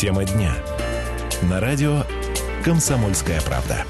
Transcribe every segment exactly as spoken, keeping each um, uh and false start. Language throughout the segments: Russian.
Тема дня. На радио «Комсомольская правда».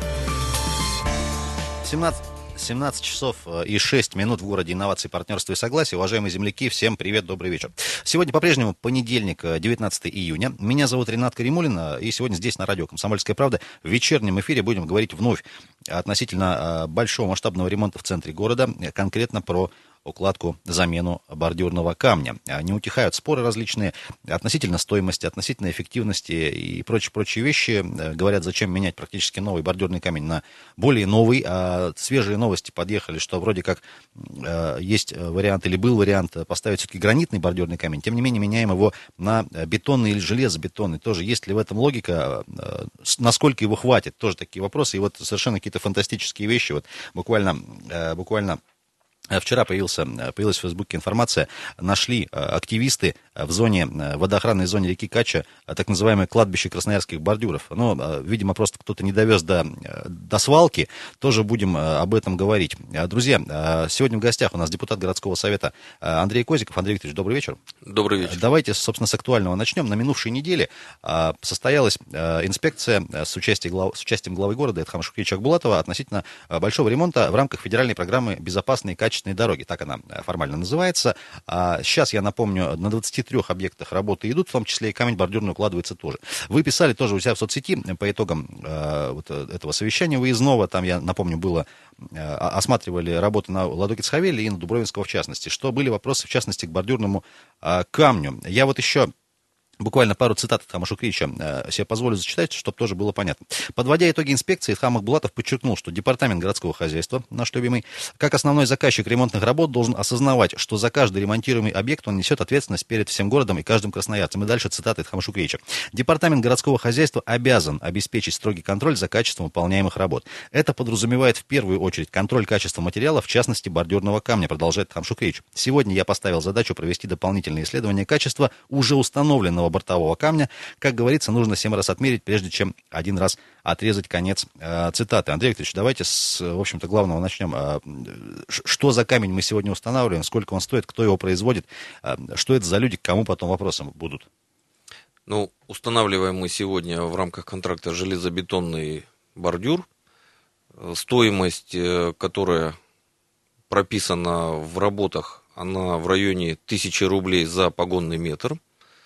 семнадцать часов и шесть минут в городе инноваций, партнерства и согласия. Уважаемые земляки, всем привет, добрый вечер. Сегодня по-прежнему понедельник, девятнадцатое июня. Меня зовут Ренат Каримулин, и сегодня здесь на радио «Комсомольская правда» в вечернем эфире будем говорить вновь относительно большого масштабного ремонта в центре города, конкретно про укладку, замену бордюрного камня. Не утихают споры различные относительно стоимости, относительно эффективности и прочие-прочие вещи. Говорят, зачем менять практически новый бордюрный камень на более новый. А свежие новости подъехали, что вроде как э, есть вариант или был вариант поставить все-таки гранитный бордюрный камень. Тем не менее, меняем его на бетонный или железобетонный. Тоже есть ли в этом логика? Э, насколько его хватит? Тоже такие вопросы. И вот совершенно какие-то фантастические вещи. Вот буквально, э, буквально Вчера появился, появилась в Фейсбуке информация, нашли активисты в зоне, в водоохранной зоне реки Кача так называемое кладбище красноярских бордюров. Но, видимо, просто кто-то не довез до, до свалки, тоже будем об этом говорить. Друзья, сегодня в гостях у нас депутат городского совета Андрей Козиков. Андрей Викторович, добрый вечер. Добрый вечер. Давайте, собственно, с актуального начнем. На минувшей неделе состоялась инспекция с участием, глав, с участием главы города Эдхама Шукриевича Акбулатова относительно большого ремонта в рамках федеральной программы «Безопасные и качественные дороги», так она формально называется. А сейчас, я напомню, на двадцати трёх объектах работы идут, в том числе и камень бордюрный укладывается тоже. Вы писали тоже у себя в соцсети по итогам э, вот этого совещания выездного, там, я напомню, было, э, осматривали работы на Ладоге-Цхавеле и на Дубровинского в частности, что были вопросы, в частности, к бордюрному э, камню. Я вот еще буквально пару цитат Эдхама Шукриевича э, себе позволю зачитать, чтобы тоже было понятно. Подводя итоги инспекции, Эдхам Акбулатов подчеркнул, что департамент городского хозяйства, наш любимый, как основной заказчик ремонтных работ, должен осознавать, что за каждый ремонтируемый объект он несет ответственность перед всем городом и каждым красноярцем. И дальше цитата Эдхама Шукриевича. Департамент городского хозяйства обязан обеспечить строгий контроль за качеством выполняемых работ. Это подразумевает в первую очередь контроль качества материала, в частности бордюрного камня, продолжает Эдхам Шукриевич. Сегодня я поставил задачу провести дополнительные исследования качества уже установленного бортового камня. Как говорится, нужно семь раз отмерить, прежде чем один раз отрезать. Конец э, цитаты. Андрей Викторович, давайте с, в общем-то, главного начнем. Э, что за камень мы сегодня устанавливаем, сколько он стоит, кто его производит, э, что это за люди, к кому потом вопросы будут? Ну, устанавливаем мы сегодня в рамках контракта железобетонный бордюр. Стоимость, которая прописана в работах, она в районе тысячи рублей за погонный метр.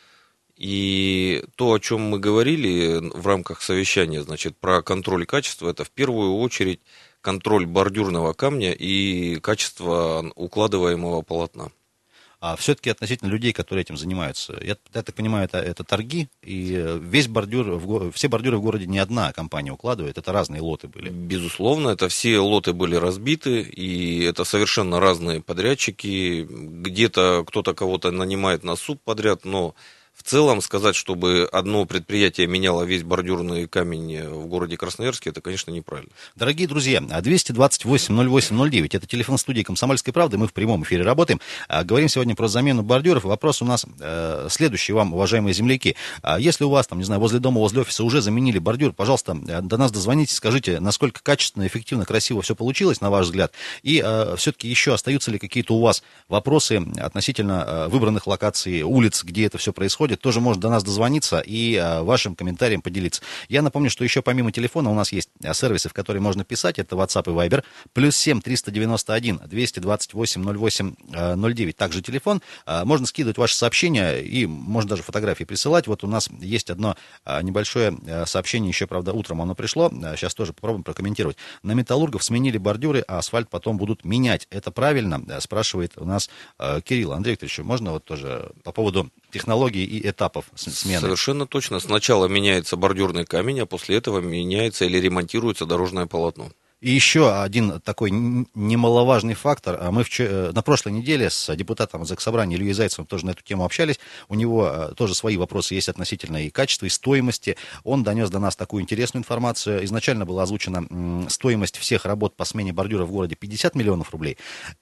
И то, о чем мы говорили в рамках совещания, значит, про контроль качества, это в первую очередь контроль бордюрного камня и качество укладываемого полотна. А все-таки относительно людей, которые этим занимаются, я, я так понимаю, это, это торги, и весь бордюр, в, все бордюры в городе не одна компания укладывает, это разные лоты были. Безусловно, это все лоты были разбиты, и это совершенно разные подрядчики, где-то кто-то кого-то нанимает на субподряд, но в целом сказать, чтобы одно предприятие меняло весь бордюрный камень в городе Красноярске, это, конечно, неправильно. Дорогие друзья, двести двадцать восемь ноль восемь ноль девять, это телефон студии «Комсомольской правды», мы в прямом эфире работаем. Говорим сегодня про замену бордюров. Вопрос у нас э, следующий вам, уважаемые земляки. Если у вас, там, не знаю, возле дома, возле офиса уже заменили бордюр, пожалуйста, до нас дозвонитесь, скажите, насколько качественно, эффективно, красиво все получилось, на ваш взгляд. И э, все-таки еще остаются ли какие-то у вас вопросы относительно э, выбранных локаций, улиц, где это все происходит. Тоже может до нас дозвониться и а, вашим комментарием поделиться. Я напомню, что еще помимо телефона у нас есть а, сервисы, в которые можно писать. Это WhatsApp и Viber. Плюс семь триста девяносто один двести двадцать восемь ноль восемь ноль девять. Также телефон. А, можно скидывать ваши сообщения и можно даже фотографии присылать. Вот у нас есть одно а, небольшое а, сообщение, еще, правда, утром оно пришло. А, сейчас тоже попробуем прокомментировать. На металлургов сменили бордюры, а асфальт потом будут менять. Это правильно? А, спрашивает у нас а, Кирилл. Андрей Викторович, можно вот тоже по поводу технологий и этапов смены? Совершенно точно. Сначала меняется бордюрный камень, а после этого меняется или ремонтируется дорожное полотно. И еще один такой немаловажный фактор. Мы вчера, на прошлой неделе с депутатом Заксобрания Ильей Зайцевым тоже на эту тему общались. У него тоже свои вопросы есть относительно и качества, и стоимости. Он донес до нас такую интересную информацию. Изначально была озвучена стоимость всех работ по смене бордюра в городе пятьдесят миллионов рублей.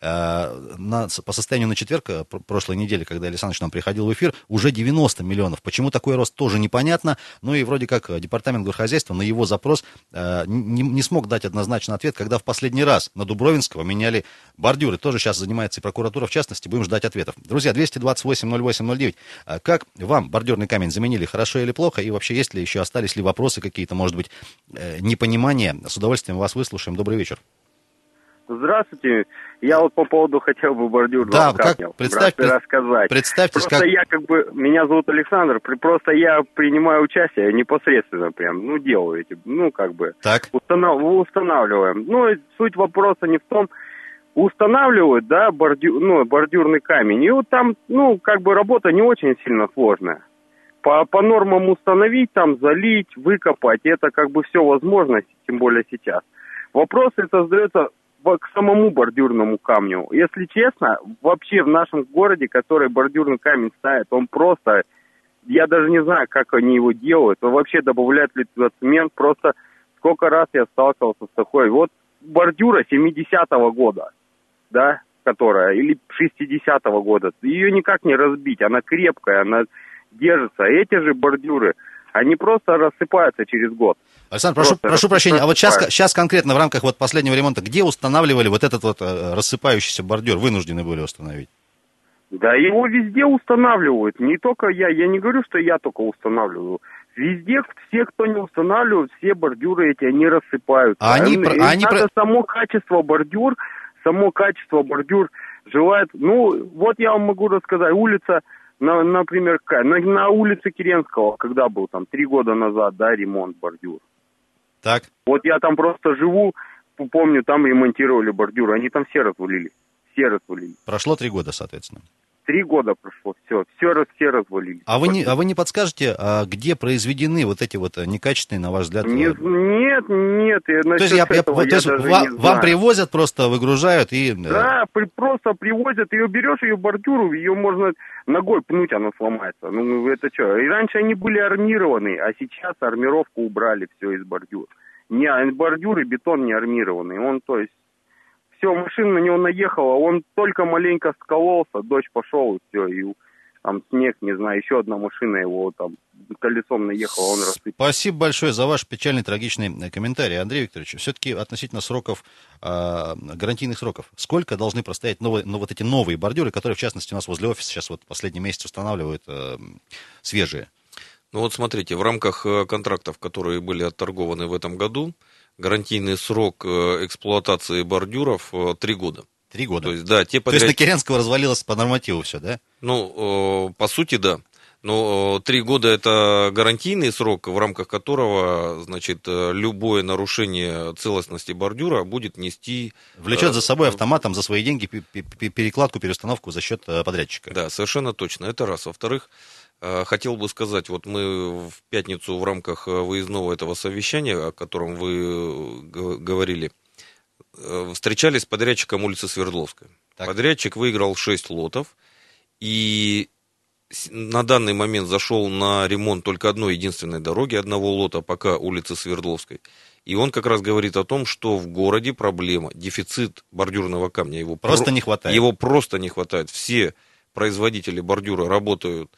На, по состоянию на четверг прошлой недели, когда Александр нам приходил в эфир, уже девяносто миллионов. Почему такой рост, тоже непонятно. Ну и вроде как департамент горхозяйства на его запрос не, не смог дать однозначно достаточно ответ, когда в последний раз на Дубровинского меняли бордюры. Тоже сейчас занимается и прокуратура, в частности, будем ждать ответов. Друзья, двести двадцать восемь ноль восемь ноль девять. Как вам бордюрный камень заменили, хорошо или плохо? И вообще, есть ли еще, остались ли вопросы какие-то, может быть, непонимания? С удовольствием вас выслушаем. Добрый вечер. Здравствуйте. Я вот по поводу хотел бы бордюрного да, камня как, представьте, рассказать. Представьтесь, просто как... я как бы, меня зовут Александр, просто я принимаю участие непосредственно прям, ну, делаю эти, ну, как бы, так. Установ... устанавливаем. Ну, суть вопроса не в том, устанавливают, да, бордюр, ну, бордюрный камень, и вот там, ну, как бы работа не очень сильно сложная. По, по нормам установить, там, залить, выкопать, это как бы все возможно, тем более сейчас. Вопрос это задается к самому бордюрному камню. Если честно, вообще в нашем городе, который бордюрный камень ставит, он просто, я даже не знаю, как они его делают, он вообще добавляют ли туда цемент, просто сколько раз я сталкивался с такой, вот бордюра семидесятого года, да, которая, или шестидесятого года, ее никак не разбить, она крепкая, она держится. Эти же бордюры, они просто рассыпаются через год. Александр, прошу, прошу прощения, а вот сейчас, сейчас конкретно в рамках вот последнего ремонта, где устанавливали вот этот вот рассыпающийся бордюр, вынуждены были установить? Да его везде устанавливают, не только я, я не говорю, что я только устанавливаю. Везде все, кто не устанавливают, все бордюры эти, они рассыпаются. А они, а они надо про... само качество бордюр, само качество бордюр желает, ну, вот я вам могу рассказать, улица... На, например, на, на улице Керенского, когда был там три года назад, да, ремонт бордюр. Так. Вот я там просто живу, помню, там ремонтировали бордюры, они там все развалили, все развалили. Прошло три года, соответственно. Три года прошло, все, все, раз, все развалили. А вы, не, а вы не подскажете, а где произведены вот эти вот некачественные, на ваш взгляд? Не, нет, нет. То есть, я, я, то есть я вам, вам привозят, просто выгружают и... Да, при, просто привозят, ее берешь, ее бордюру, ее можно ногой пнуть, она сломается. Ну, это что? И раньше они были армированы, а сейчас армировку убрали все из бордюр. Не, бордюры, бетон не армированный. Он, то есть, все, машина на него наехала, он только маленько скололся, дождь пошел, и все, и там снег, не знаю, еще одна машина его там колесом наехала, он рассыпался. Спасибо большое за ваш печальный, трагичный комментарий, Андрей Викторович. Все-таки относительно сроков, э, гарантийных сроков, сколько должны простоять новые, ну, вот эти новые бордюры, которые, в частности, у нас возле офиса сейчас вот последний месяц устанавливают, э, свежие? Ну вот смотрите, в рамках контрактов, которые были отторгованы в этом году, гарантийный срок эксплуатации бордюров три года. Три года. То есть, да, те подряд... То есть на Керенского развалилось по нормативу все, да? Ну, по сути, да. Но три года это гарантийный срок, в рамках которого, значит, любое нарушение целостности бордюра будет нести... Влечет за собой автоматом за свои деньги перекладку, переустановку за счет подрядчика. Да, совершенно точно. Это раз. Во-вторых, хотел бы сказать, вот мы в пятницу в рамках выездного этого совещания, о котором вы говорили, встречались с подрядчиком улицы Свердловской. Так. Подрядчик выиграл шесть лотов, и на данный момент зашел на ремонт только одной единственной дороги, одного лота, пока улицы Свердловской. И он как раз говорит о том, что в городе проблема, дефицит бордюрного камня. Его просто про... не хватает. Его просто не хватает. Все производители бордюра работают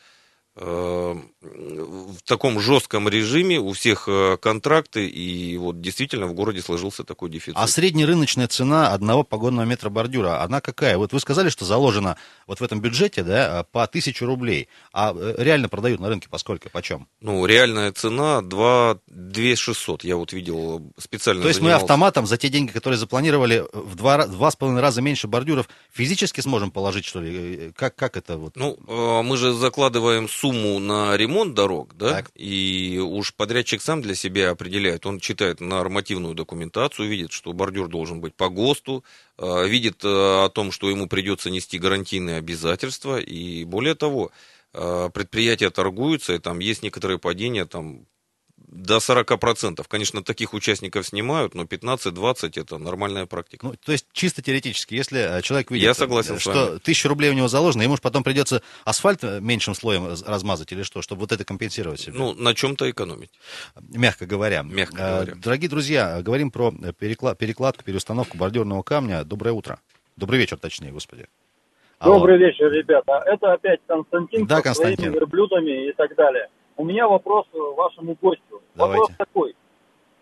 в таком жестком режиме, у всех контракты, и вот действительно в городе сложился такой дефицит. А среднерыночная цена одного погонного метра бордюра, она какая? Вот вы сказали, что заложено вот в этом бюджете, да, по тысячу рублей, а реально продают на рынке по сколько, почем? Ну, реальная цена две тысячи шестьсот, я вот видел специально. То есть занимался. Мы автоматом за те деньги, которые запланировали, в два, два с половиной раза меньше бордюров, физически сможем положить, что ли? Как, как это вот? Ну, мы же закладываем сумму на ремонт дорог, да, так. И уж подрядчик сам для себя определяет, он читает нормативную документацию, видит, что бордюр должен быть по ГОСТу, видит о том, что ему придется нести гарантийные обязательства, и более того, предприятия торгуются, и там есть некоторые падения, там, до сорок процентов. Конечно, таких участников снимают, но пятнадцать-двадцать это нормальная практика. Ну, то есть, чисто теоретически, если человек видит, Я согласен что тысяча рублей у него заложено, ему же потом придется асфальт меньшим слоем размазать или что, чтобы вот это компенсировать себе? Ну, на чем-то экономить. Мягко говоря. Мягко говоря. Дорогие друзья, говорим про переклад, перекладку, переустановку бордюрного камня. Доброе утро. Добрый вечер, точнее, господи. Добрый Алло. вечер, ребята. Это опять Константин да, со Константин. своими верблюдами и так далее. У меня вопрос вашему гостю. Давайте. Вопрос такой.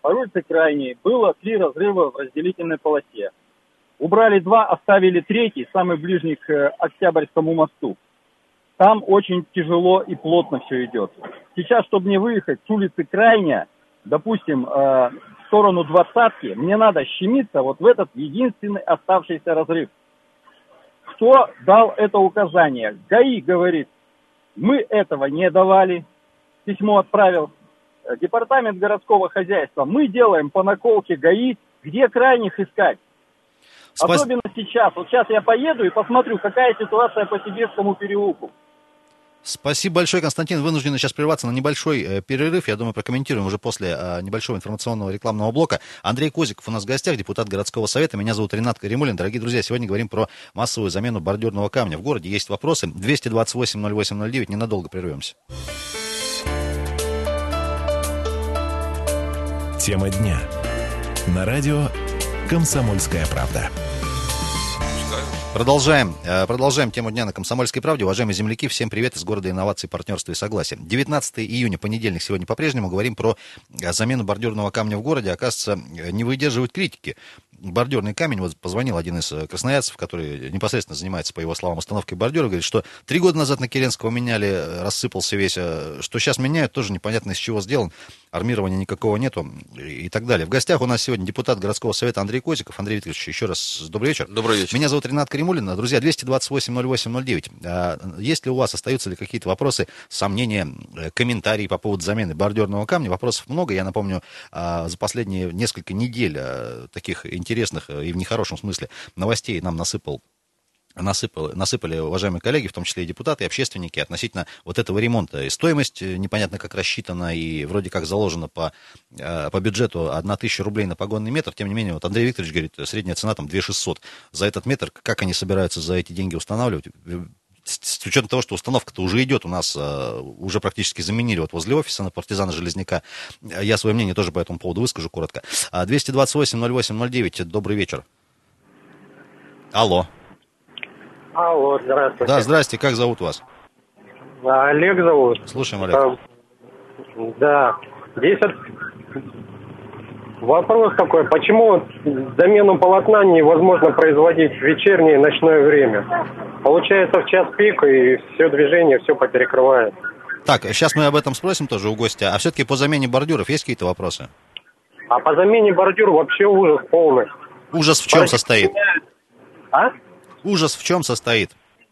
по улице Крайней было три разрыва в разделительной полосе. Убрали два, оставили третий, самый ближний к Октябрьскому мосту. Там очень тяжело и плотно все идет. Сейчас, чтобы мне выехать с улицы Крайняя, допустим, э, в сторону двадцатки, мне надо щемиться вот в этот единственный оставшийся разрыв. Кто дал это указание? ГАИ говорит, мы этого не давали. Письмо отправил департамент городского хозяйства. Мы делаем по наколке ГАИ, где крайних искать. Спас... Особенно сейчас. Вот сейчас я поеду и посмотрю, какая ситуация по Сибирскому переулку. Спасибо большое, Константин. Вынуждены сейчас прерваться на небольшой э, перерыв. Я думаю, прокомментируем уже после э, небольшого информационного рекламного блока. Андрей Козиков у нас в гостях, депутат городского совета. Меня зовут Ренат Каримуллин. Дорогие друзья, сегодня говорим про массовую замену бордюрного камня. В городе есть вопросы. двести двадцать восемь ноль восемь ноль девять. Ненадолго прервемся. Тема дня. На радио «Комсомольская правда». Продолжаем, продолжаем тему дня на «Комсомольской правде». Уважаемые земляки, всем привет из города инноваций, партнерства и согласия. девятнадцатого июня, понедельник, сегодня по-прежнему говорим про замену бордюрного камня в городе. Оказывается, не выдерживает критики. Бордюрный камень, вот позвонил один из красноярцев, который непосредственно занимается, по его словам, установкой бордюра, говорит, что три года назад на Керенского меняли, рассыпался весь, что сейчас меняют, тоже непонятно из чего сделан, армирования никакого нету и так далее. В гостях у нас сегодня депутат городского совета Андрей Козиков. Андрей Викторович, еще раз добрый вечер. Добрый вечер. Меня зовут Ренат Каримуллин. Друзья, двести двадцать восемь ноль восемь ноль девять. Есть ли у вас, остаются ли какие-то вопросы, сомнения, комментарии по поводу замены бордюрного камня? Вопросов много. Я напомню, за последние несколько недель таких интересных и в нехорошем смысле новостей нам насыпал Насыпали, насыпали, уважаемые коллеги, в том числе и депутаты, и общественники, относительно вот этого ремонта. И стоимость непонятно как рассчитана, и вроде как заложена по, по бюджету одна тысяча рублей на погонный метр. Тем не менее, вот Андрей Викторович говорит, средняя цена там две тысячи шестьсот за этот метр. Как они собираются за эти деньги устанавливать? С учетом того, что установка-то уже идет, у нас уже практически заменили вот возле офиса на Партизана Железняка. Я свое мнение тоже по этому поводу выскажу коротко. двести двадцать восемь ноль восемь ноль девять, добрый вечер. Алло. Алло, здравствуйте. Да, здрасте, как зовут вас? Олег зовут. Слушаем, Олег. А, да, здесь от... вопрос такой, почему замену полотна невозможно производить в вечернее и ночное время? Получается, в час пик, и все движение, все поперекрывает. Так, сейчас мы об этом спросим тоже у гостя. А все-таки по замене бордюров есть какие-то вопросы? А по замене бордюр вообще ужас полный. Ужас в чем Бордюр состоит? А? Ужас в чем состоит?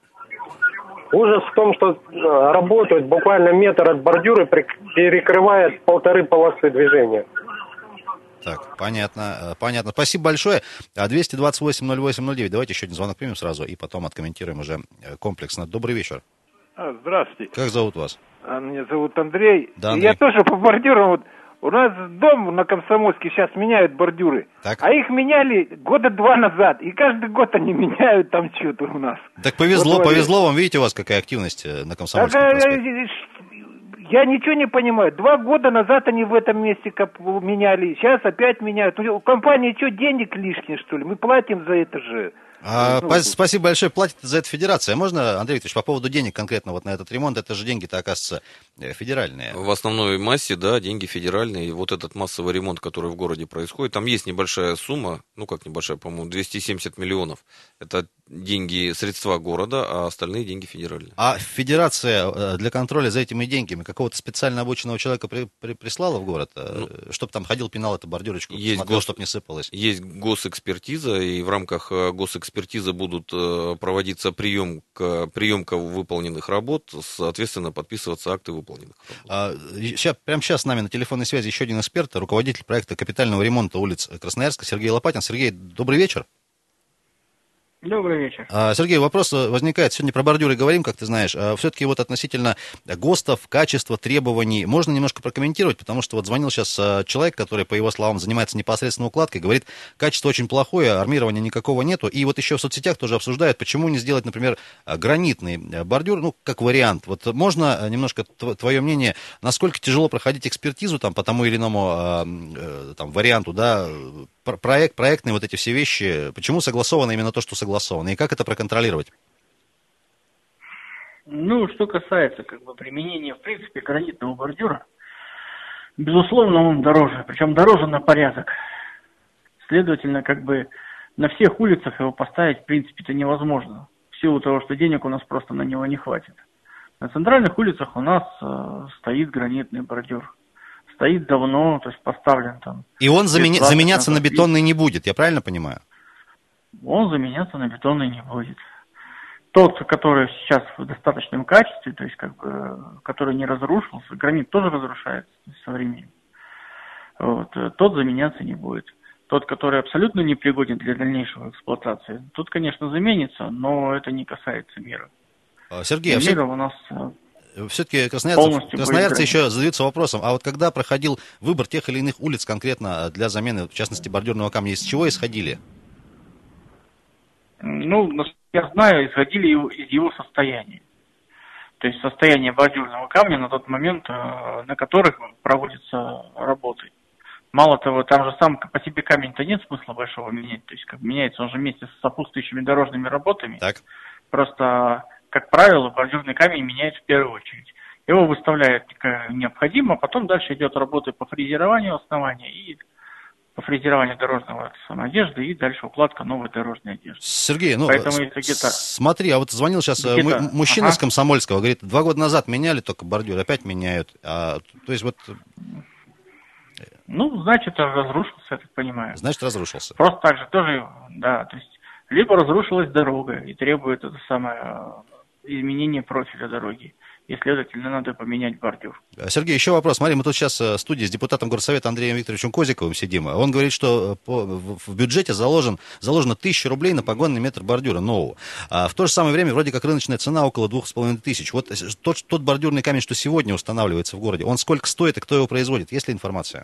Ужас в том, что работают буквально метр от бордюра, перекрывает полторы полосы движения. Так, понятно, понятно. Спасибо большое. двести двадцать восемь ноль восемь ноль девять. Давайте еще один звонок примем сразу и потом откомментируем уже комплексно. Добрый вечер. А, здравствуйте. Как зовут вас? А, меня зовут Андрей. Да, Андрей. Я тоже по бордюрам. Вот, у нас дом на Комсомольске сейчас меняют бордюры. Так. А их меняли года два назад. И каждый год они меняют там что-то у нас. Так повезло, вот, повезло вам. Видите, у вас какая активность на Комсомольском так, проспекте. Я ничего не понимаю. Два года назад они в этом месте меняли. Сейчас опять меняют. У компании что, денег лишних, что ли? Мы платим за это же. А, ну, спасибо большое. Платит за это федерация. Можно, Андрей Викторович, по поводу денег конкретно вот на этот ремонт? Это же деньги-то, оказывается, федеральные. В основной массе, да, деньги федеральные. И вот этот массовый ремонт, который в городе происходит, там есть небольшая сумма, ну как небольшая, по-моему, двести семьдесят миллионов. Это деньги, средства города, а остальные деньги федеральные. А федерация для контроля за этими деньгами какого-то специально обученного человека при, при, прислала в город, ну, чтобы там ходил, пинал эту бордюрочку, есть смотрел, гос... чтобы не сыпалось? Есть госэкспертиза, и в рамках госэкспертизы будут проводиться приемка, приемка выполненных работ, соответственно, подписываться акты выполненных работ. А, сейчас, прямо сейчас с нами на телефонной связи еще один эксперт, руководитель проекта капитального ремонта улиц Красноярска Сергей Лопатин. Сергей, добрый вечер. Добрый вечер. Сергей, вопрос возникает. Сегодня про бордюры говорим, как ты знаешь. Все-таки вот относительно ГОСТов, качества, требований, можно немножко прокомментировать, потому что вот звонил сейчас человек, который, по его словам, занимается непосредственно укладкой, говорит, качество очень плохое, армирования никакого нету. И вот еще в соцсетях тоже обсуждают, почему не сделать, например, гранитный бордюр, ну, как вариант. Вот можно немножко твое мнение, насколько тяжело проходить экспертизу там по тому или иному там, варианту, да, проект, проектные вот эти все вещи, почему согласовано именно то, что согласовано, и как это проконтролировать? Ну, что касается как бы применения, в принципе, гранитного бордюра, Безусловно, он дороже, причем дороже на порядок. Следовательно, как бы на всех улицах его поставить, в принципе-то, невозможно. В силу того, что денег у нас просто на него не хватит. На центральных улицах у нас э, стоит гранитный бордюр. Стоит давно, то есть поставлен там. И он заменя... заменяться на бетонный не будет, я правильно понимаю? Он заменяться на бетонный не будет. Тот, который сейчас в достаточном качестве, то есть как бы, который не разрушился, гранит тоже разрушается со временем. Вот, тот заменяться не будет. Тот, который абсолютно непригоден для дальнейшего эксплуатации, тут, конечно, заменится, но это не касается мира. Сергей, а мира все... у нас все-таки красноярцы, красноярцы еще задаются вопросом, а вот когда проходил выбор тех или иных улиц конкретно для замены, в частности, бордюрного камня, из чего исходили? Ну, я знаю, исходили из его состояния. То есть состояние бордюрного камня на тот момент, на которых проводятся работы. Мало того, там же сам по себе камень-то нет смысла большого менять. То есть как меняется он же вместе с сопутствующими дорожными работами. Так. Просто, как правило, бордюрный камень меняют в первую очередь. Его выставляют необходимо, а потом дальше идет работа по фрезерованию основания и по фрезерованию дорожного самой одежды и дальше укладка новой дорожной одежды. Сергей, ну Поэтому, если где-то... смотри, а вот звонил сейчас м- мужчина ага. с Комсомольского, говорит, два года назад меняли только бордюр, опять меняют. А, то есть вот... Ну, значит, разрушился, я так понимаю. Значит, разрушился. Просто так же тоже, да, то есть либо разрушилась дорога и требует это самое изменение профиля дороги. И, следовательно, надо поменять бордюр. Сергей, еще вопрос. Смотри, мы тут сейчас в студии с депутатом горсовета Андреем Викторовичем Козиковым сидим. Он говорит, что по, в бюджете заложен, заложено тысяча рублей на погонный метр бордюра нового. А в то же самое время вроде как рыночная цена около двух с половиной тысяч. Вот тот, тот бордюрный камень, что сегодня устанавливается в городе, он сколько стоит и кто его производит? Есть ли информация?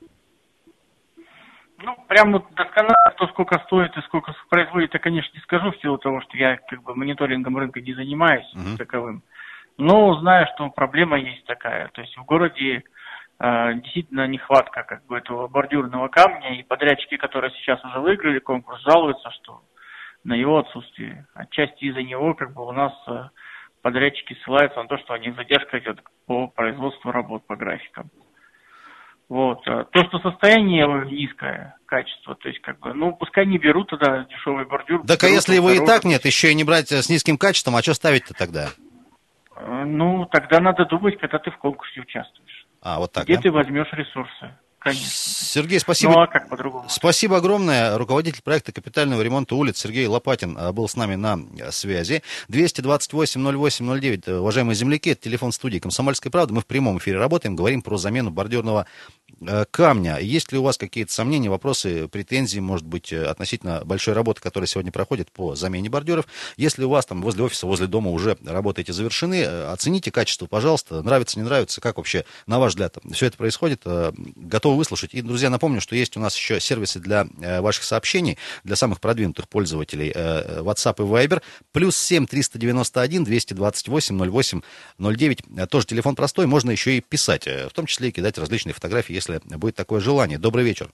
Ну, прям вот досконально, кто сколько стоит и сколько производит, я, конечно, не скажу, в силу того, что я как бы мониторингом рынка не занимаюсь uh-huh. таковым. Но знаю, что проблема есть такая. То есть в городе э, действительно нехватка как бы этого бордюрного камня, и подрядчики, которые сейчас уже выиграли конкурс, жалуются, что на его отсутствие. Отчасти из-за него как бы у нас э, подрядчики ссылаются на то, что у них задержка идет по производству работ по графикам. Вот. То, что состояние низкое качество, то есть как бы, ну, пускай не берут тогда дешевый бордюр. Так а если его и так нет, еще и не брать с низким качеством, а что ставить-то тогда? Ну, тогда надо думать, когда ты в конкурсе участвуешь. А, вот так, Где да? ты возьмешь ресурсы. Конечно. Сергей, спасибо. Ну, а как по-другому? Спасибо огромное. Руководитель проекта капитального ремонта улиц Сергей Лопатин был с нами на связи. двести двадцать восемь ноль восемь ноль девять. Уважаемые земляки, это телефон студии «Комсомольской правды». Мы в прямом эфире работаем, говорим про замену бордюрного камня. Есть ли у вас какие-то сомнения, вопросы, претензии, может быть, относительно большой работы, которая сегодня проходит по замене бордюров? Если у вас там возле офиса, возле дома уже работы эти завершены, оцените качество, пожалуйста. Нравится, не нравится, как вообще, на ваш взгляд, все это происходит? Готовы выслушать. И, друзья, напомню, что есть у нас еще сервисы для ваших сообщений, для самых продвинутых пользователей WhatsApp и Viber. Плюс семь триста девяносто один двести двадцать восемь ноль восемь ноль девять. Тоже телефон простой, можно еще и писать, в том числе и кидать различные фотографии, если будет такое желание. Добрый вечер.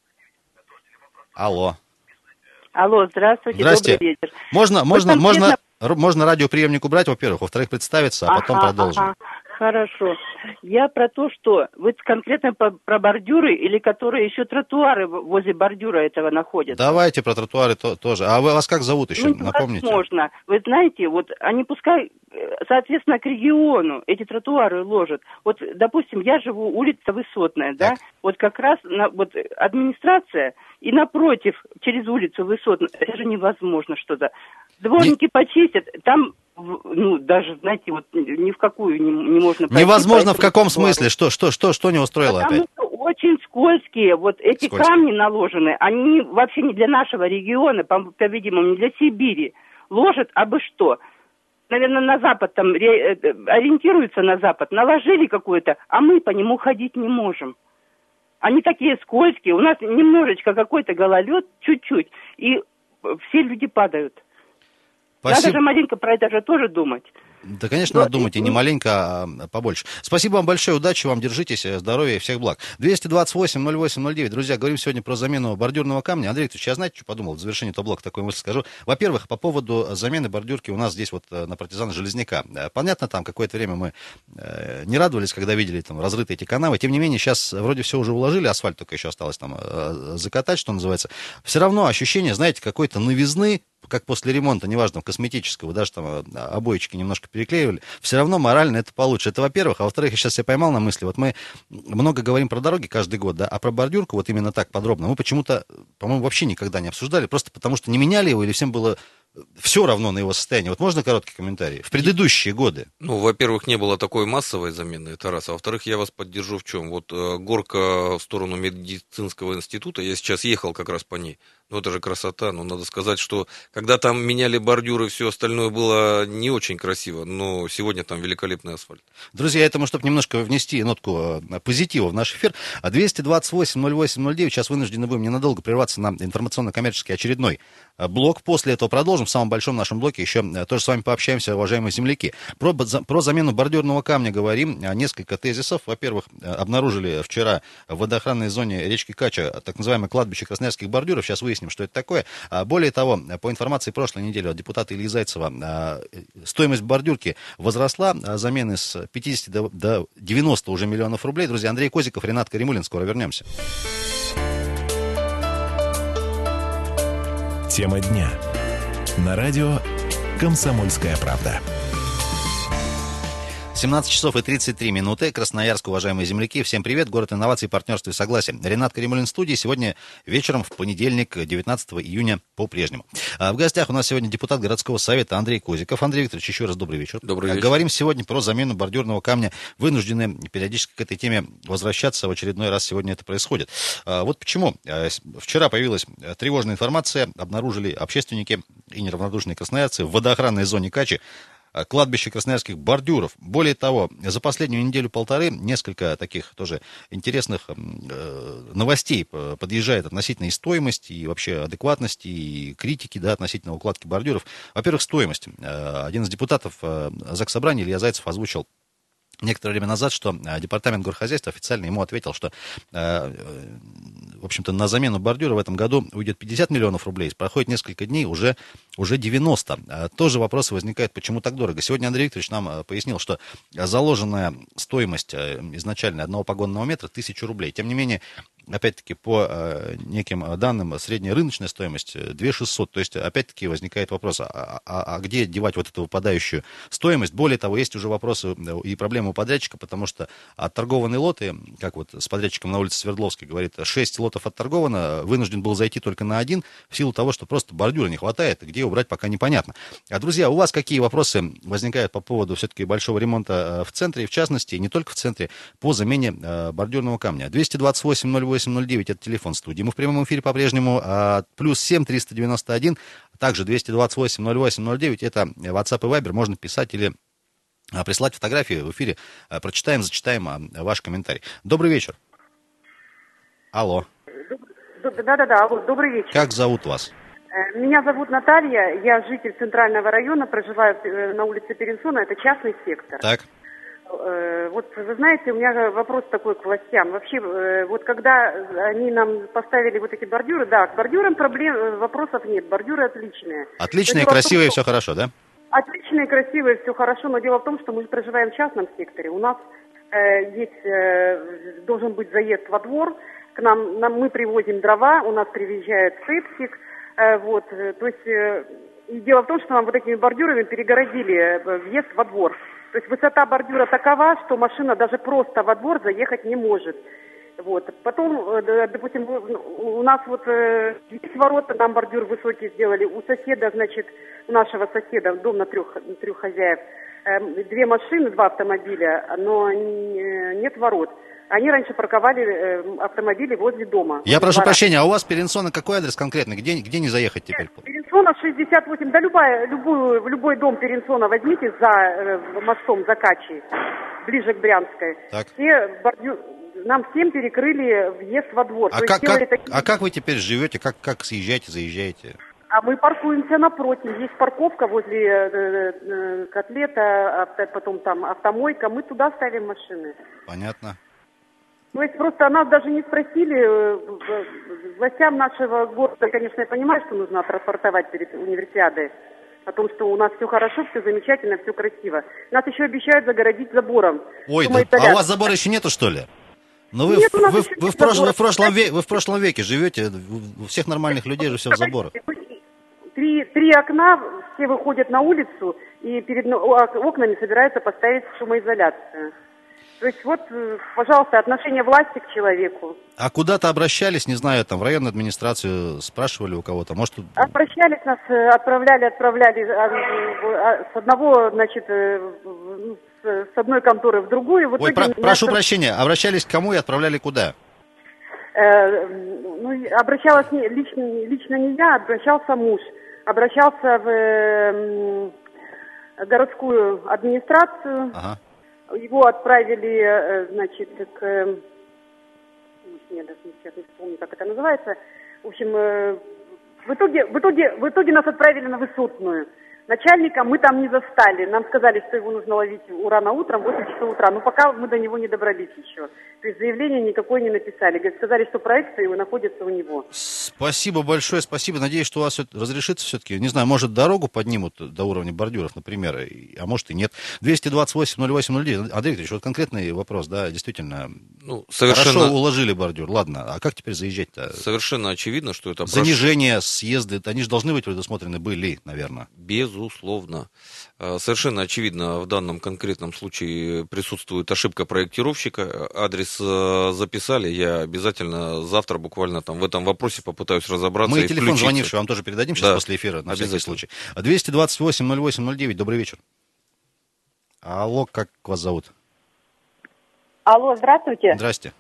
Алло. Алло, здравствуйте, Здрасте. Добрый вечер. Можно, можно, конкретно... можно, можно радиоприемник убрать, во-первых, во-вторых, представиться, а потом ага, продолжим. Ага. Хорошо. Я про то, что вы конкретно по, про бордюры или которые еще тротуары возле бордюра этого находятся? Давайте про тротуары то, тоже. А вы, вас как зовут еще? Ну, Напомните. Возможно. Вы знаете, вот они пускай, соответственно, к региону эти тротуары ложат. Вот, допустим, я живу, улица Высотная, да? Так. Вот как раз на, вот администрация и напротив, через улицу Высотную, это же невозможно что-то. Дворники не... почистят, там... Ну, даже, знаете, вот ни в какую не, не можно... Невозможно в каком смысле? Что, что, что, что не устроило Потому опять? Что очень скользкие. Вот эти Скользкие. камни наложены, они вообще не для нашего региона, по- по-видимому, не для Сибири. Ложат абы что. Наверное, на запад там ре- ориентируются на запад. Наложили какое-то, а мы по нему ходить не можем. Они такие скользкие. У нас немножечко какой-то гололед, чуть-чуть, и все люди падают. Спасибо. Надо же маленько про это же тоже думать. Да, конечно, Но надо думать и не маленько, а побольше. Спасибо вам большое, удачи вам, держитесь, здоровья и всех благ. двести двадцать восемь ноль восемь ноль девять. Друзья, говорим сегодня про замену бордюрного камня. Андрей Викторович, я знаете, что подумал? В завершении этого блока такую мысль скажу. Во-первых, по поводу замены бордюрки у нас здесь вот на партизана Железняка. Понятно, там какое-то время мы не радовались, когда видели там разрытые эти канавы. Тем не менее, сейчас вроде все уже уложили, асфальт только еще осталось там закатать, что называется. Все равно ощущение, знаете, какой-то новизны, как после ремонта, неважно, косметического, даже там обоечки немножко переклеивали, все равно морально это получше. Это во-первых. А во-вторых, я сейчас себя поймал на мысли, вот мы много говорим про дороги каждый год, да, а про бордюрку вот именно так подробно мы почему-то, по-моему, вообще никогда не обсуждали, просто потому что не меняли его или всем было все равно на его состояние. Вот можно короткий комментарий? В предыдущие годы. Ну, во-первых, не было такой массовой замены, это раз. А во-вторых, я вас поддержу в чем? Вот э, горка в сторону медицинского института, я сейчас ехал как раз по ней. Ну, это же красота. Но надо сказать, что когда там меняли бордюры, все остальное было не очень красиво. Но сегодня там великолепный асфальт. Друзья, этому, чтобы немножко внести нотку позитива в наш эфир, двести двадцать восемь ноль восемь ноль девять. Сейчас вынуждены будем ненадолго прерваться на информационно-коммерческий очередной блок. После этого продолжим. В самом большом нашем блоке еще тоже с вами пообщаемся, уважаемые земляки. Про, про замену бордюрного камня говорим. Несколько тезисов. Во-первых, обнаружили вчера в водоохранной зоне речки Кача так называемое кладбище красноярских бордюров. Сейчас выясним, что это такое. Более того, по информации прошлой недели от депутата Ильи Зайцева, стоимость бордюрки возросла. Замены с пятидесяти до девяноста уже миллионов рублей. Друзья, Андрей Козиков, Ренат Каримулин. Скоро вернемся. Тема дня. На радио «Комсомольская правда». семнадцать часов и тридцать три минуты. Красноярск, уважаемые земляки. Всем привет. Город инноваций, партнерства и согласия. Ренат Каримулин в студии. Сегодня вечером, в понедельник, девятнадцатого июня, по-прежнему. В гостях у нас сегодня депутат городского совета Андрей Козиков. Андрей Викторович, еще раз добрый вечер. Добрый вечер. Говорим сегодня про замену бордюрного камня. Вынуждены периодически к этой теме возвращаться. В очередной раз сегодня это происходит. Вот почему. Вчера появилась тревожная информация. Обнаружили общественники и неравнодушные красноярцы в водоохранной зоне Качи кладбище красноярских бордюров. Более того, за последнюю неделю-полторы несколько таких тоже интересных э, новостей подъезжает относительно и стоимости, и вообще адекватности, и критики, да, относительно укладки бордюров. Во-первых, стоимость. Один из депутатов э, Заксобрания, Илья Зайцев, озвучил некоторое время назад, что департамент горхозяйства официально ему ответил, что, э, в общем-то, на замену бордюра в этом году уйдет пятьдесят миллионов рублей. Проходит несколько дней, уже, уже девяносто. Тоже вопросы возникают, почему так дорого. Сегодня Андрей Викторович нам пояснил, что заложенная стоимость изначально одного погонного метра тысячу рублей. Тем не менее, опять-таки, по э, неким данным, средняя рыночная стоимость две тысячи шестьсот. То есть, опять-таки, возникает вопрос, а, а, а где девать вот эту выпадающую стоимость? Более того, есть уже вопросы и проблемы у подрядчика, потому что отторгованные лоты, как вот с подрядчиком на улице Свердловской говорит, шесть лотов отторговано, вынужден был зайти только на один, в силу того, что просто бордюра не хватает, где убрать пока непонятно. А, друзья, у вас какие вопросы возникают по поводу все-таки большого ремонта в центре, и в частности, и не только в центре, по замене э, бордюрного камня? двести двадцать восемь ноль восемь ноль девять, это телефон студии. Мы в прямом эфире по-прежнему, а, плюс семь триста девяносто один, также двести двадцать восемь ноль восемь ноль девять, это WhatsApp и Viber, можно писать или а, присылать фотографии в эфире, а, прочитаем, зачитаем а, ваш комментарий. Добрый вечер. Алло. Да-да-да, алло, добрый вечер. Как зовут вас? Меня зовут Наталья, я житель Центрального района, проживаю на улице Перенсона, это частный сектор. Так. Вот, вы знаете, у меня вопрос такой к властям. Вообще, вот когда они нам поставили вот эти бордюры, да, к бордюрам проблем, вопросов нет, бордюры отличные. Отличные, красивые, том, все хорошо, да? Отличные, красивые, все хорошо, но дело в том, что мы проживаем в частном секторе. У нас э, есть, э, должен быть заезд во двор, к нам, нам мы привозим дрова, у нас приезжает септик, э, вот, э, то есть, э, и дело в том, что нам вот этими бордюрами перегородили въезд во двор. То есть высота бордюра такова, что машина даже просто во двор заехать не может. Вот. Потом, допустим, у нас вот есть ворота, нам бордюр высокий сделали. У соседа, значит, у нашего соседа, дом на трех, трех хозяев, две машины, два автомобиля, но нет ворот. Они раньше парковали автомобили возле дома. Я прошу двора. прощения, а у вас Перенсона какой адрес конкретно? Где, где не заехать теперь? Перенсона шестьдесят восемь, да любая, любую, любой дом Перенсона возьмите за э, мостом, за Качей, ближе к Брянской. Так. Все бордюр, нам всем перекрыли въезд во двор. А, как, как, такие... а как вы теперь живете? Как, как съезжаете, заезжаете? А мы паркуемся напротив. Есть парковка возле э, э, котлета, авто, потом там автомойка. Мы туда ставим машины. Понятно. То есть просто нас даже не спросили. Властям нашего города, конечно, я понимаю, что нужно отрапортовать перед универсиадой. О том, что у нас все хорошо, все замечательно, все красиво. Нас еще обещают загородить забором. Ой, да, а у вас забора еще нету, что ли? Ну вы, Нет, в, вы, вы, в прошлом, вы, в прошлом веке, вы в прошлом веке живете, у всех нормальных людей же все в заборах. Три, три окна, все выходят на улицу, и перед окнами собираются поставить шумоизоляцию. То есть вот, пожалуйста, отношение власти к человеку. А куда-то обращались, не знаю, там в районную администрацию, спрашивали у кого-то, может... Обращались, нас отправляли, отправляли с одного, значит, с одной конторы в другую. В Ой, про- прошу нас... прощения, обращались к кому и отправляли куда? Э, ну, обращалась не, лично, лично не я, обращался муж. Обращался в э, городскую администрацию. Ага. Его отправили, э, значит, к... Э, я даже сейчас не вспомню, как это называется. В общем, э, в итоге, в итоге, в итоге нас отправили на Высотную. Начальника мы там не застали. Нам сказали, что его нужно ловить рано утром, в восемь часов утра. Но пока мы до него не добрались еще. То есть заявление никакое не написали. Сказали, что проект его находится у него. Спасибо большое, спасибо. Надеюсь, что у вас разрешится все-таки. Не знаю, может, дорогу поднимут до уровня бордюров, например, а может и нет. двести двадцать восемь ноль восемь ноль девять. Андрей Викторович, вот конкретный вопрос, да, действительно. Ну, совершенно... Хорошо уложили бордюр, ладно. А как теперь заезжать-то? Совершенно очевидно, что это... Занижение, съезды, они же должны быть предусмотрены были, наверное. Безусловно. Совершенно очевидно, в данном конкретном случае присутствует ошибка проектировщика. Адрес записали, я обязательно завтра буквально там в этом вопросе попытаюсь разобраться. Мы и телефон включиться. Звонивший вам тоже передадим сейчас да, после эфира, на всякий случай. двести двадцать восемь ноль восемь ноль девять, добрый вечер. Алло, как вас зовут? Алло, здравствуйте. Здрасте.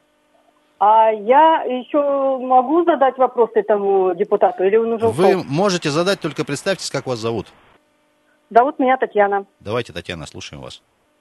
А я еще могу задать вопрос этому депутату, или он уже ушел? Вы можете задать, только представьтесь, как вас зовут. Зовут меня Татьяна. Давайте, Татьяна, слушаем вас.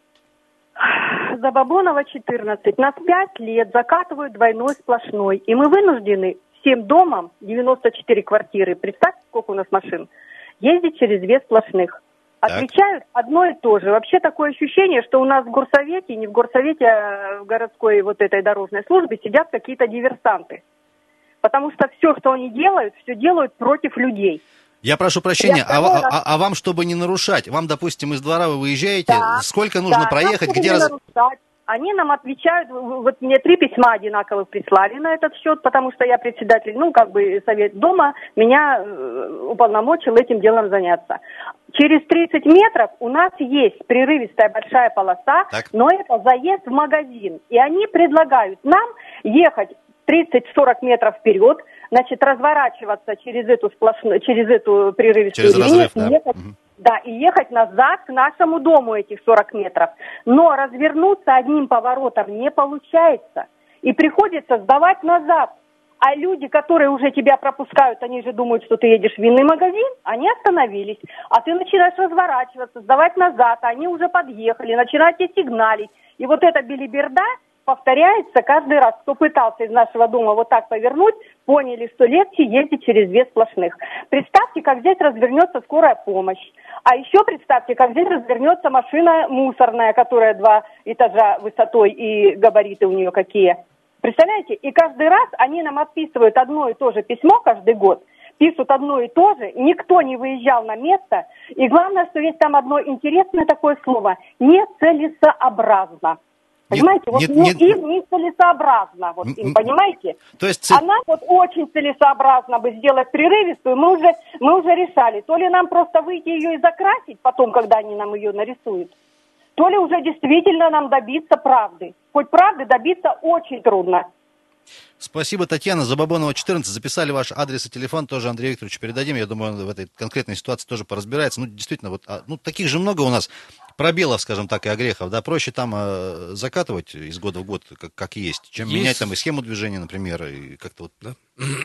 Забабонова, четырнадцать. Нас пять лет закатывают двойной сплошной. И мы вынуждены всем домом, девяносто четыре квартиры, представьте, сколько у нас машин, ездить через две сплошных. Отвечают одно и то же. Вообще такое ощущение, что у нас в горсовете, не в горсовете, а в городской вот этой дорожной службе сидят какие-то диверсанты. Потому что все, что они делают, все делают против людей. Я прошу прощения, а, а, а, а вам, чтобы не нарушать, вам, допустим, из двора вы выезжаете, да, сколько нужно да, проехать, где раз... нарушать. Они нам отвечают, вот мне три письма одинаковых прислали на этот счет, потому что я председатель, ну, как бы, совет дома, меня уполномочил этим делом заняться. Через тридцать метров у нас есть прерывистая большая полоса, так. Но это заезд в магазин. И они предлагают нам ехать тридцать-сорок метров вперед, значит, разворачиваться через эту сплошную, через эту прерывистую через линию, разрыв, да. ехать, угу. да, и ехать назад к нашему дому этих сорок метров. Но развернуться одним поворотом не получается. И приходится сдавать назад. А люди, которые уже тебя пропускают, они же думают, что ты едешь в винный магазин, они остановились. А ты начинаешь разворачиваться, сдавать назад, а они уже подъехали, начинают тебе сигналить. И вот эта белиберда повторяется каждый раз. Кто пытался из нашего дома вот так повернуть, поняли, что легче ездить через две сплошных. Представьте, как здесь развернется скорая помощь. А еще представьте, как здесь развернется машина мусорная, которая два этажа высотой и габариты у нее какие. Представляете? И каждый раз они нам отписывают одно и то же письмо каждый год. Пишут одно и то же, никто не выезжал на место. И главное, что есть там одно интересное такое слово – нецелесообразно. Понимаете, нет, вот нет, нет, им нецелесообразно, вот им, понимаете? То есть... А нам вот очень целесообразно бы сделать прерывистую, мы уже, мы уже решали. То ли нам просто выйти ее и закрасить потом, когда они нам ее нарисуют, то ли уже действительно нам добиться правды. Хоть правды добиться очень трудно. Спасибо, Татьяна. Забабонова, четырнадцать. Записали ваш адрес и телефон, тоже Андрею Викторовичу передадим. Я думаю, он в этой конкретной ситуации тоже поразбирается. Ну, действительно, вот, ну, таких же много у нас пробелов, скажем так, и огрехов. Да, проще там э, закатывать из года в год, как, как есть, чем есть... менять там и схему движения, например, и как-то вот, да?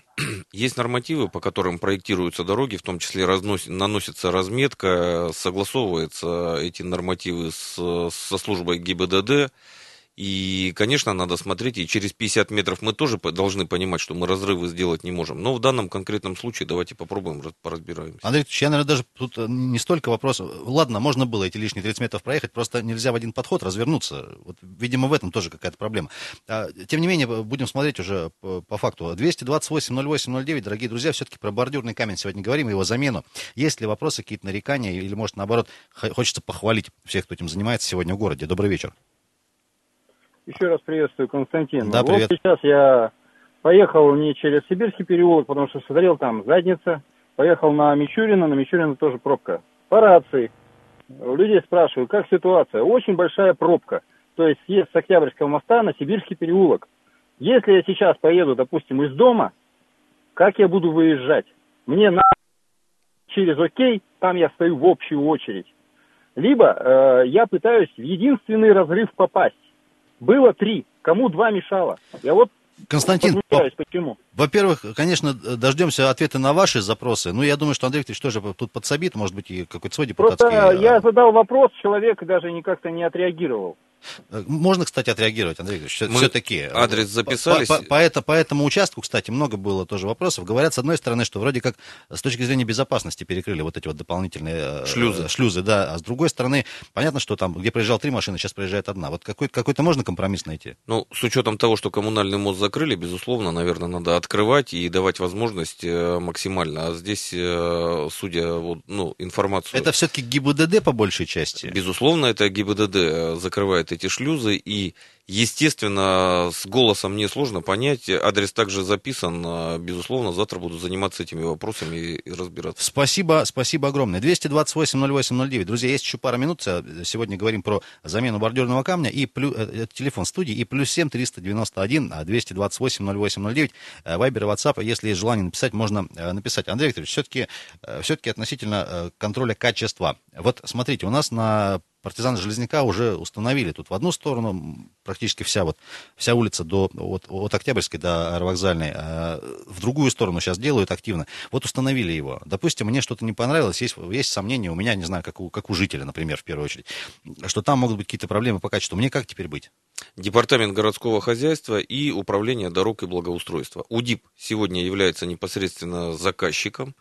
Есть нормативы, по которым проектируются дороги, в том числе разнос... наносится разметка, согласовываются эти нормативы с... со службой ГИБДД. И, конечно, надо смотреть, и через пятьдесят метров мы тоже должны понимать, что мы разрывы сделать не можем. Но в данном конкретном случае давайте попробуем, поразбираемся. Андрей Викторович, я, наверное, даже тут не столько вопрос. Ладно, можно было эти лишние тридцать метров проехать, просто нельзя в один подход развернуться. Вот, видимо, в этом тоже какая-то проблема. Тем не менее, будем смотреть уже по, по факту. двести двадцать восемь ноль восемь ноль девять, дорогие друзья, все-таки про бордюрный камень сегодня говорим, его замену. Есть ли вопросы, какие-то нарекания, или, может, наоборот, хочется похвалить всех, кто этим занимается сегодня в городе? Добрый вечер. Еще раз приветствую, Константин. Да, привет. Вот сейчас я поехал не через Сибирский переулок, потому что смотрел там задница. Поехал на Мичурина, на Мичурина тоже пробка. По рации. У людей спрашиваю, как ситуация? Очень большая пробка. То есть есть с Октябрьского моста на Сибирский переулок. Если я сейчас поеду, допустим, из дома, как я буду выезжать? Мне на через Окей, там я стою в общую очередь. Либо э, я пытаюсь в единственный разрыв попасть. Было три, кому два мешало. Я вот Константин, почему. Во-первых, конечно, дождемся ответа на ваши запросы. Ну, я думаю, что Андрей Викторович тоже тут подсобит, может быть, и какой-то свой депутатский... Просто я задал вопрос, человек даже никак-то не отреагировал. Можно, кстати, отреагировать, Андрей Викторович, Мы все-таки. Адрес записались. По, по, по, это, по этому участку, кстати, много было тоже вопросов. Говорят, с одной стороны, что вроде как с точки зрения безопасности перекрыли вот эти вот дополнительные шлюзы, шлюзы, да. А с другой стороны, понятно, что там, где проезжал три машины, сейчас проезжает одна. Вот какой-то, какой-то можно компромисс найти? Ну, с учетом того, что коммунальный мост закрыли, безусловно, наверное, надо открывать и давать возможность максимально. А здесь, судя вот, ну, информацию... Это все-таки ГИБДД по большей части? Безусловно, это ГИБДД закрывает эти шлюзы. И, естественно, с голосом мне сложно понять. Адрес также записан. Безусловно, завтра буду заниматься этими вопросами и разбираться. Спасибо, спасибо огромное. двести двадцать восемь ноль восемь ноль девять. Друзья, есть еще пара минут. Сегодня говорим про замену бордюрного камня. И плюс, телефон студии. И плюс семь триста девяносто один двести двадцать восемь ноль восемь ноль девять. Вайбер и WhatsApp. Если есть желание написать, можно написать. Андрей Викторович, все-таки, все-таки относительно контроля качества. Вот смотрите, у нас на Партизана Железняка уже установили тут в одну сторону практически вся, вот, вся улица до, от, от Октябрьской до Аэровокзальной, а в другую сторону сейчас делают активно. Вот установили его. Допустим, мне что-то не понравилось, есть, есть сомнения у меня, не знаю, как у, как у жителя, например, в первую очередь, что там могут быть какие-то проблемы по качеству. Мне как теперь быть? Департамент городского хозяйства и Управление дорог и благоустройства. УДИП сегодня является непосредственно заказчиком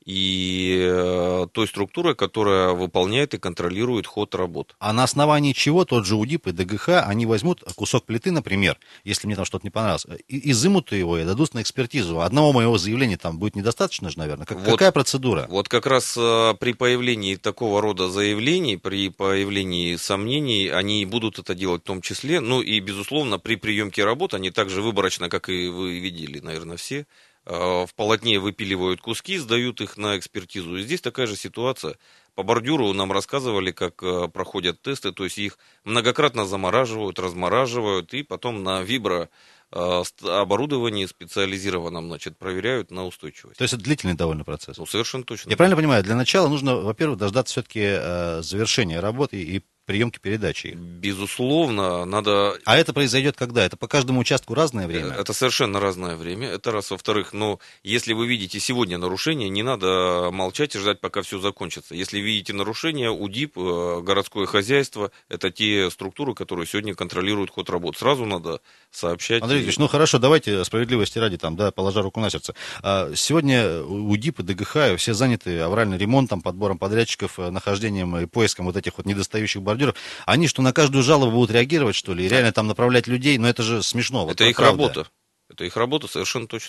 и той структурой, которая выполняет и контролирует ход работ. А на основании чего тот же УДИП и ДГХ, они возьмут кусок плиты, например, если мне там что-то не понравилось, и изымут его и дадут на экспертизу. Одного моего заявления там будет недостаточно же, наверное. Как, вот, какая процедура? Вот как раз а, при появлении такого рода заявлений, при появлении сомнений, они будут это делать в том числе. Ну и, безусловно, при приемке работ, они также выборочно, как и вы видели, наверное, все, в полотне выпиливают куски, сдают их на экспертизу. И здесь такая же ситуация. По бордюру нам рассказывали, как проходят тесты, то есть их многократно замораживают, размораживают, и потом на вибро оборудовании специализированном, значит, проверяют на устойчивость. То есть это длительный довольно процесс? Ну, совершенно точно. Я правильно понимаю, для начала нужно, во-первых, дождаться все-таки э, завершения работы и приемки передачи. Безусловно, надо... А это произойдет когда? Это по каждому участку разное время? Это совершенно разное время, это раз. Во-вторых, но если вы видите сегодня нарушение, не надо молчать и ждать, пока все закончится. Если видите нарушение, УДИП, городское хозяйство, это те структуры, которые сегодня контролируют ход работ. Сразу надо сообщать. Андрей Ильич, ну хорошо, давайте справедливости ради, там, да, положа руку на сердце. Сегодня УДИП и ДГХ все заняты авральным ремонтом, подбором подрядчиков, нахождением и поиском вот этих вот недостающих бордюров. Они что, на каждую жалобу будут реагировать, что ли, и реально там направлять людей? Но это же смешно. Это вот, их правда. работа. Это их работа, совершенно точно.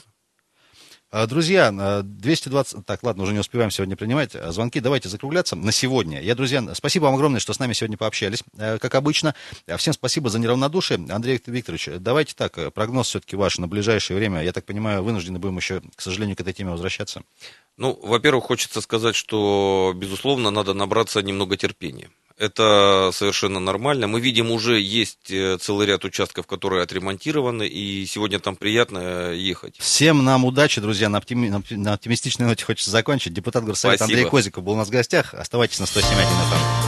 Друзья, двести двадцать... Так, ладно, уже не успеваем сегодня принимать звонки. Давайте закругляться на сегодня. Я, друзья, спасибо вам огромное, что с нами сегодня пообщались, как обычно. Всем спасибо за неравнодушие. Андрей Викторович, давайте так, прогноз все-таки ваш на ближайшее время. Я так понимаю, вынуждены будем еще, к сожалению, к этой теме возвращаться. Ну, во-первых, хочется сказать, что, безусловно, надо набраться немного терпения. Это совершенно нормально. Мы видим, уже есть целый ряд участков, которые отремонтированы, и сегодня там приятно ехать. Всем нам удачи, друзья. На, оптими... на оптимистичной ноте хочется закончить. Депутат Горсовета Андрей Козиков был у нас в гостях. Оставайтесь на сто семь один эф эм.